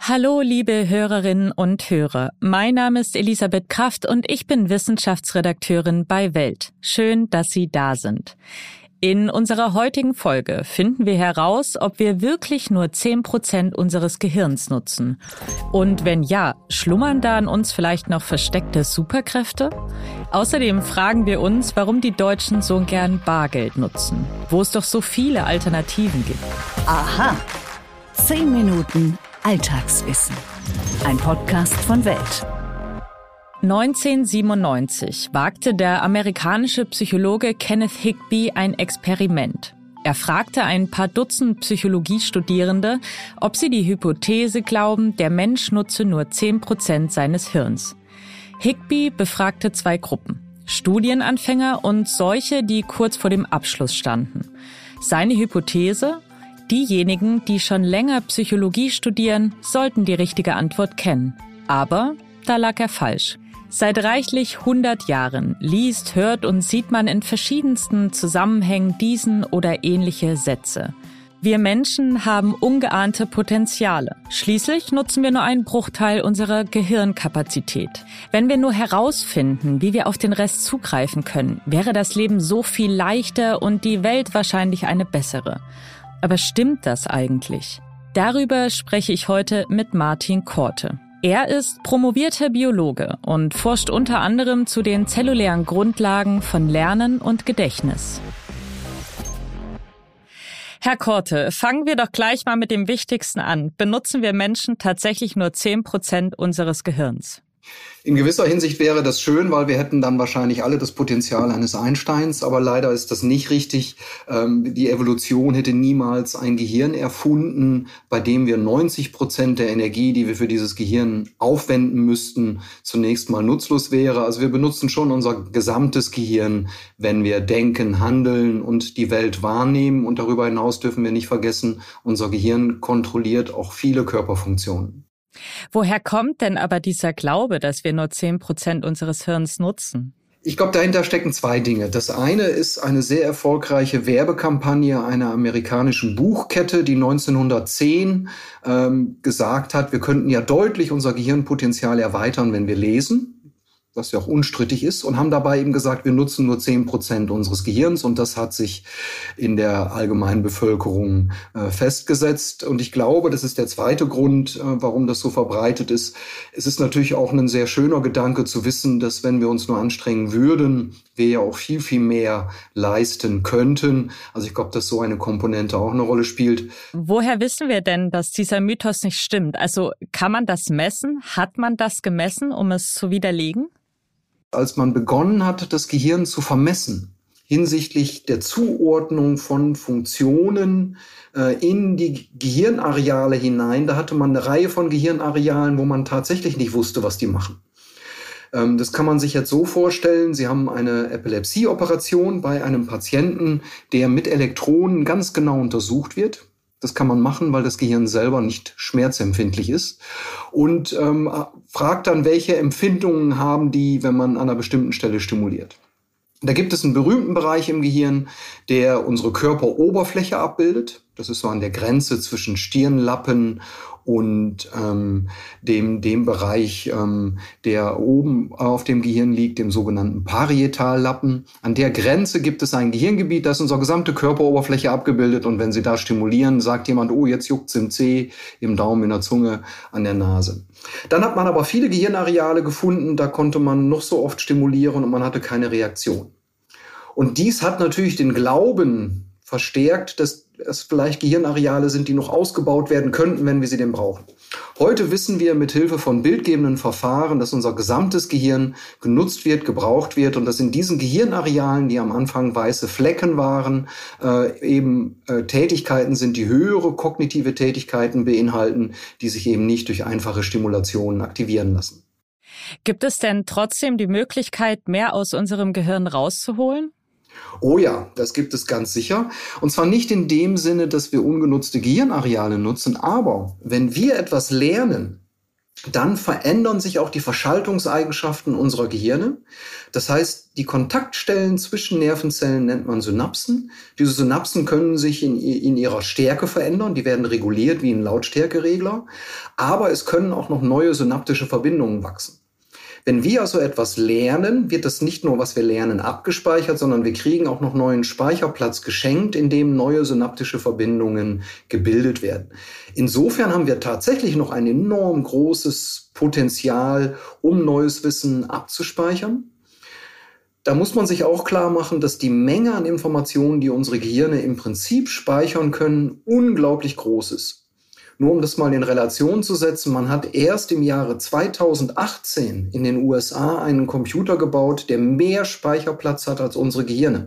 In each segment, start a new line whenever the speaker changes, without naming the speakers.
Hallo, liebe Hörerinnen und Hörer. Mein Name ist Elisabeth Kraft und ich bin Wissenschaftsredakteurin bei Welt. Schön, dass Sie da sind. In unserer heutigen Folge finden wir heraus, ob wir wirklich nur 10% unseres Gehirns nutzen. Und wenn ja, schlummern da in uns vielleicht noch versteckte Superkräfte? Außerdem fragen wir uns, warum die Deutschen so gern Bargeld nutzen, wo es doch so viele Alternativen gibt.
Aha, 10 Minuten Alltagswissen. Ein Podcast von Welt.
1997 wagte der amerikanische Psychologe Kenneth Higby ein Experiment. Er fragte ein paar Dutzend Psychologiestudierende, ob sie die Hypothese glauben, der Mensch nutze nur 10% seines Hirns. Higby befragte 2 Gruppen: Studienanfänger und solche, die kurz vor dem Abschluss standen. Seine Hypothese: diejenigen, die schon länger Psychologie studieren, sollten die richtige Antwort kennen. Aber da lag er falsch. Seit reichlich 100 Jahren liest, hört und sieht man in verschiedensten Zusammenhängen diesen oder ähnliche Sätze. Wir Menschen haben ungeahnte Potenziale. Schließlich nutzen wir nur einen Bruchteil unserer Gehirnkapazität. Wenn wir nur herausfinden, wie wir auf den Rest zugreifen können, wäre das Leben so viel leichter und die Welt wahrscheinlich eine bessere. Aber stimmt das eigentlich? Darüber spreche ich heute mit Martin Korte. Er ist promovierter Biologe und forscht unter anderem zu den zellulären Grundlagen von Lernen und Gedächtnis. Herr Korte, fangen wir doch gleich mal mit dem Wichtigsten an. Benutzen wir Menschen tatsächlich nur 10% unseres Gehirns?
In gewisser Hinsicht wäre das schön, weil wir hätten dann wahrscheinlich alle das Potenzial eines Einsteins, aber leider ist das nicht richtig. Die Evolution hätte niemals ein Gehirn erfunden, bei dem wir 90% der Energie, die wir für dieses Gehirn aufwenden müssten, zunächst mal nutzlos wäre. Also wir benutzen schon unser gesamtes Gehirn, wenn wir denken, handeln und die Welt wahrnehmen. Und darüber hinaus dürfen wir nicht vergessen, unser Gehirn kontrolliert auch viele Körperfunktionen.
Woher kommt denn aber dieser Glaube, dass wir nur 10% unseres Hirns nutzen?
Ich glaube, dahinter stecken 2 Dinge. Das eine ist eine sehr erfolgreiche Werbekampagne einer amerikanischen Buchkette, die 1910 gesagt hat, wir könnten ja deutlich unser Gehirnpotenzial erweitern, wenn wir lesen, was ja auch unstrittig ist, und haben dabei eben gesagt, wir nutzen nur 10% unseres Gehirns, und das hat sich in der allgemeinen Bevölkerung festgesetzt. Und ich glaube, das ist der zweite Grund, warum das so verbreitet ist. Es ist natürlich auch ein sehr schöner Gedanke zu wissen, dass wenn wir uns nur anstrengen würden, wir ja auch viel, viel mehr leisten könnten. Also ich glaube, dass so eine Komponente auch eine Rolle spielt.
Woher wissen wir denn, dass dieser Mythos nicht stimmt? Also kann man das messen? Hat man das gemessen, um es zu widerlegen?
Als man begonnen hat, das Gehirn zu vermessen, hinsichtlich der Zuordnung von Funktionen in die Gehirnareale hinein, da hatte man eine Reihe von Gehirnarealen, wo man tatsächlich nicht wusste, was die machen. Das kann man sich jetzt so vorstellen, Sie haben eine Epilepsieoperation bei einem Patienten, der mit Elektronen ganz genau untersucht wird. Das kann man machen, weil das Gehirn selber nicht schmerzempfindlich ist. Und fragt dann, welche Empfindungen haben die, wenn man an einer bestimmten Stelle stimuliert. Da gibt es einen berühmten Bereich im Gehirn, der unsere Körperoberfläche abbildet. Das ist so an der Grenze zwischen Stirnlappen und dem Bereich, der oben auf dem Gehirn liegt, dem sogenannten Parietallappen. An der Grenze gibt es ein Gehirngebiet, das unsere gesamte Körperoberfläche abgebildet. Und wenn Sie da stimulieren, sagt jemand, oh, jetzt juckt's im Zeh, im Daumen, in der Zunge, an der Nase. Dann hat man aber viele Gehirnareale gefunden, da konnte man noch so oft stimulieren und man hatte keine Reaktion. Und dies hat natürlich den Glauben verstärkt, dass es vielleicht Gehirnareale sind, die noch ausgebaut werden könnten, wenn wir sie denn brauchen. Heute wissen wir mit Hilfe von bildgebenden Verfahren, dass unser gesamtes Gehirn genutzt wird, gebraucht wird und dass in diesen Gehirnarealen, die am Anfang weiße Flecken waren, Tätigkeiten sind, die höhere kognitive Tätigkeiten beinhalten, die sich eben nicht durch einfache Stimulationen aktivieren lassen.
Gibt es denn trotzdem die Möglichkeit, mehr aus unserem Gehirn rauszuholen?
Oh ja, das gibt es ganz sicher. Und zwar nicht in dem Sinne, dass wir ungenutzte Gehirnareale nutzen, aber wenn wir etwas lernen, dann verändern sich auch die Verschaltungseigenschaften unserer Gehirne. Das heißt, die Kontaktstellen zwischen Nervenzellen nennt man Synapsen. Diese Synapsen können sich in ihrer Stärke verändern. Die werden reguliert wie ein Lautstärkeregler. Aber es können auch noch neue synaptische Verbindungen wachsen. Wenn wir also etwas lernen, wird das nicht nur, was wir lernen, abgespeichert, sondern wir kriegen auch noch neuen Speicherplatz geschenkt, in dem neue synaptische Verbindungen gebildet werden. Insofern haben wir tatsächlich noch ein enorm großes Potenzial, um neues Wissen abzuspeichern. Da muss man sich auch klar machen, dass die Menge an Informationen, die unsere Gehirne im Prinzip speichern können, unglaublich groß ist. Nur um das mal in Relation zu setzen, man hat erst im Jahre 2018 in den USA einen Computer gebaut, der mehr Speicherplatz hat als unsere Gehirne.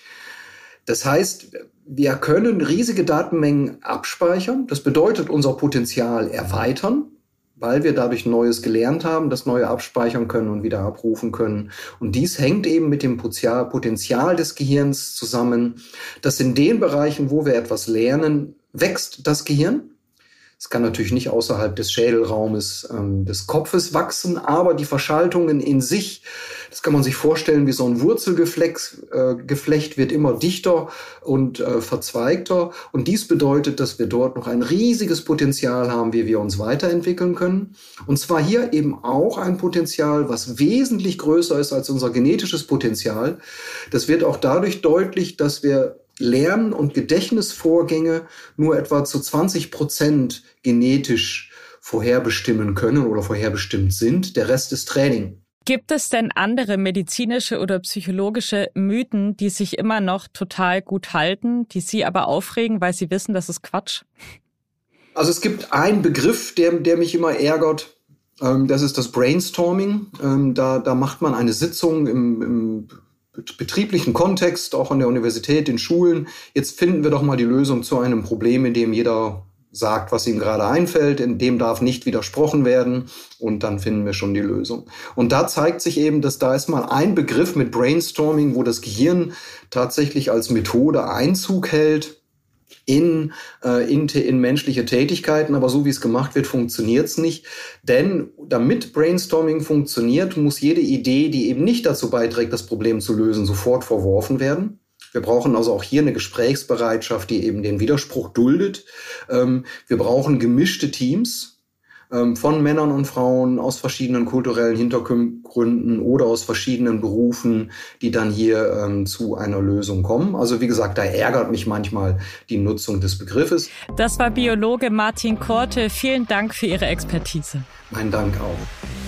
Das heißt, wir können riesige Datenmengen abspeichern. Das bedeutet, unser Potenzial erweitern, weil wir dadurch Neues gelernt haben, das Neue abspeichern können und wieder abrufen können. Und dies hängt eben mit dem Potenzial des Gehirns zusammen, dass in den Bereichen, wo wir etwas lernen, wächst das Gehirn. Es kann natürlich nicht außerhalb des Schädelraumes des Kopfes wachsen, aber die Verschaltungen in sich, das kann man sich vorstellen wie so ein Wurzelgeflecht, wird immer dichter und verzweigter. Und dies bedeutet, dass wir dort noch ein riesiges Potenzial haben, wie wir uns weiterentwickeln können. Und zwar hier eben auch ein Potenzial, was wesentlich größer ist als unser genetisches Potenzial. Das wird auch dadurch deutlich, dass wir Lern- und Gedächtnisvorgänge nur etwa zu 20% genetisch vorherbestimmen können oder vorherbestimmt sind. Der Rest ist Training.
Gibt es denn andere medizinische oder psychologische Mythen, die sich immer noch total gut halten, die Sie aber aufregen, weil Sie wissen, das ist Quatsch?
Also es gibt einen Begriff, der mich immer ärgert. Das ist das Brainstorming. Da macht man eine Sitzung im betrieblichen Kontext, auch an der Universität, in Schulen. Jetzt finden wir doch mal die Lösung zu einem Problem, in dem jeder sagt, was ihm gerade einfällt, in dem darf nicht widersprochen werden und dann finden wir schon die Lösung. Und da zeigt sich eben, dass da ist mal ein Begriff mit Brainstorming, wo das Gehirn tatsächlich als Methode Einzug hält in menschliche Tätigkeiten, aber so wie es gemacht wird, funktioniert es nicht. Denn damit Brainstorming funktioniert, muss jede Idee, die eben nicht dazu beiträgt, das Problem zu lösen, sofort verworfen werden. Wir brauchen also auch hier eine Gesprächsbereitschaft, die eben den Widerspruch duldet. Wir brauchen gemischte Teams von Männern und Frauen aus verschiedenen kulturellen Hintergründen oder aus verschiedenen Berufen, die dann hier zu einer Lösung kommen. Also wie gesagt, da ärgert mich manchmal die Nutzung des Begriffes.
Das war Biologe Martin Korte. Vielen Dank für Ihre Expertise.
Mein Dank auch.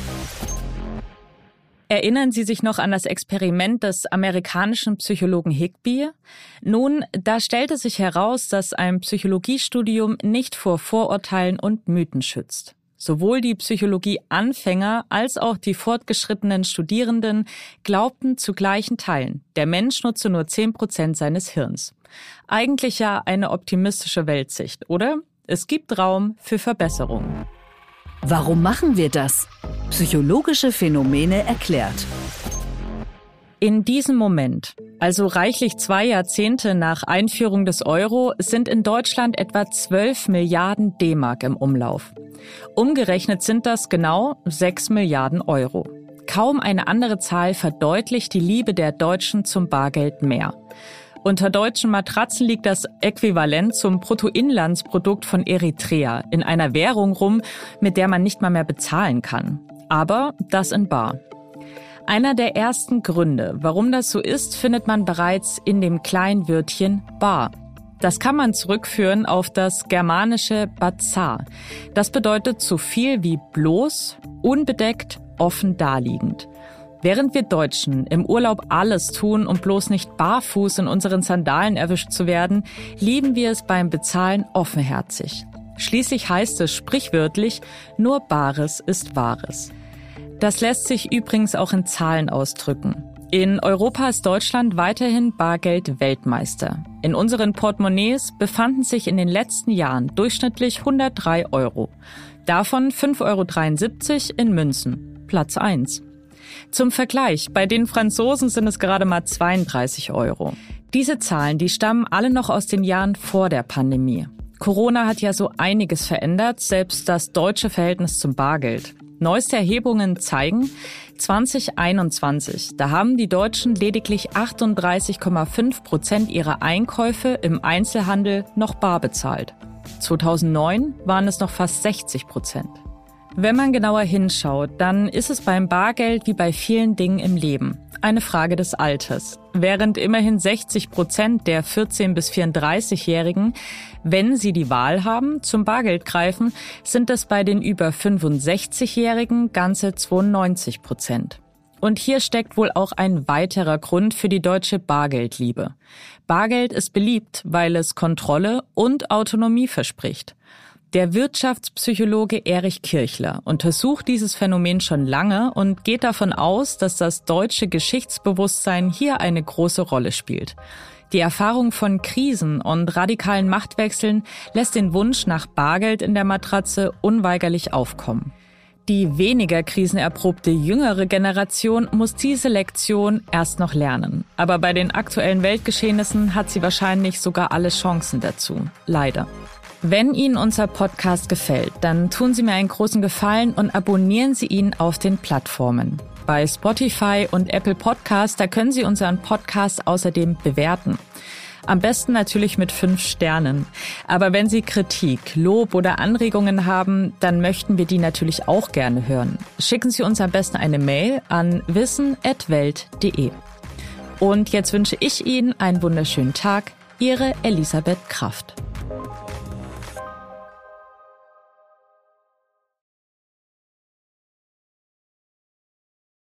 Erinnern Sie sich noch an das Experiment des amerikanischen Psychologen Higbee? Nun, da stellte sich heraus, dass ein Psychologiestudium nicht vor Vorurteilen und Mythen schützt. Sowohl die Psychologie-Anfänger als auch die fortgeschrittenen Studierenden glaubten zu gleichen Teilen, der Mensch nutze nur 10% seines Hirns. Eigentlich ja eine optimistische Weltsicht, oder? Es gibt Raum für Verbesserungen.
Warum machen wir das? Psychologische Phänomene erklärt.
In diesem Moment, also reichlich 2 Jahrzehnte nach Einführung des Euro, sind in Deutschland etwa 12 Milliarden D-Mark im Umlauf. Umgerechnet sind das genau 6 Milliarden Euro. Kaum eine andere Zahl verdeutlicht die Liebe der Deutschen zum Bargeld mehr. Unter deutschen Matratzen liegt das Äquivalent zum Bruttoinlandsprodukt von Eritrea in einer Währung rum, mit der man nicht mal mehr bezahlen kann. Aber das in bar. Einer der ersten Gründe, warum das so ist, findet man bereits in dem kleinen Wörtchen bar. Das kann man zurückführen auf das germanische bazar. Das bedeutet so viel wie bloß, unbedeckt, offen daliegend. Während wir Deutschen im Urlaub alles tun, um bloß nicht barfuß in unseren Sandalen erwischt zu werden, lieben wir es beim Bezahlen offenherzig. Schließlich heißt es sprichwörtlich, nur Bares ist Wahres. Das lässt sich übrigens auch in Zahlen ausdrücken. In Europa ist Deutschland weiterhin Bargeld-Weltmeister. In unseren Portemonnaies befanden sich in den letzten Jahren durchschnittlich 103 Euro. Davon 5,73 Euro in Münzen, Platz 1. Zum Vergleich, bei den Franzosen sind es gerade mal 32 Euro. Diese Zahlen, die stammen alle noch aus den Jahren vor der Pandemie. Corona hat ja so einiges verändert, selbst das deutsche Verhältnis zum Bargeld. Neueste Erhebungen zeigen, 2021, da haben die Deutschen lediglich 38,5% ihrer Einkäufe im Einzelhandel noch bar bezahlt. 2009 waren es noch fast 60%. Wenn man genauer hinschaut, dann ist es beim Bargeld wie bei vielen Dingen im Leben eine Frage des Alters. Während immerhin 60% der 14- bis 34-Jährigen, wenn sie die Wahl haben, zum Bargeld greifen, sind es bei den über 65-Jährigen ganze 92%. Und hier steckt wohl auch ein weiterer Grund für die deutsche Bargeldliebe. Bargeld ist beliebt, weil es Kontrolle und Autonomie verspricht. Der Wirtschaftspsychologe Erich Kirchler untersucht dieses Phänomen schon lange und geht davon aus, dass das deutsche Geschichtsbewusstsein hier eine große Rolle spielt. Die Erfahrung von Krisen und radikalen Machtwechseln lässt den Wunsch nach Bargeld in der Matratze unweigerlich aufkommen. Die weniger krisenerprobte jüngere Generation muss diese Lektion erst noch lernen. Aber bei den aktuellen Weltgeschehnissen hat sie wahrscheinlich sogar alle Chancen dazu. Leider. Wenn Ihnen unser Podcast gefällt, dann tun Sie mir einen großen Gefallen und abonnieren Sie ihn auf den Plattformen. Bei Spotify und Apple Podcasts, da können Sie unseren Podcast außerdem bewerten. Am besten natürlich mit 5 Sternen. Aber wenn Sie Kritik, Lob oder Anregungen haben, dann möchten wir die natürlich auch gerne hören. Schicken Sie uns am besten eine Mail an wissen@welt.de. Und jetzt wünsche ich Ihnen einen wunderschönen Tag. Ihre Elisabeth Kraft.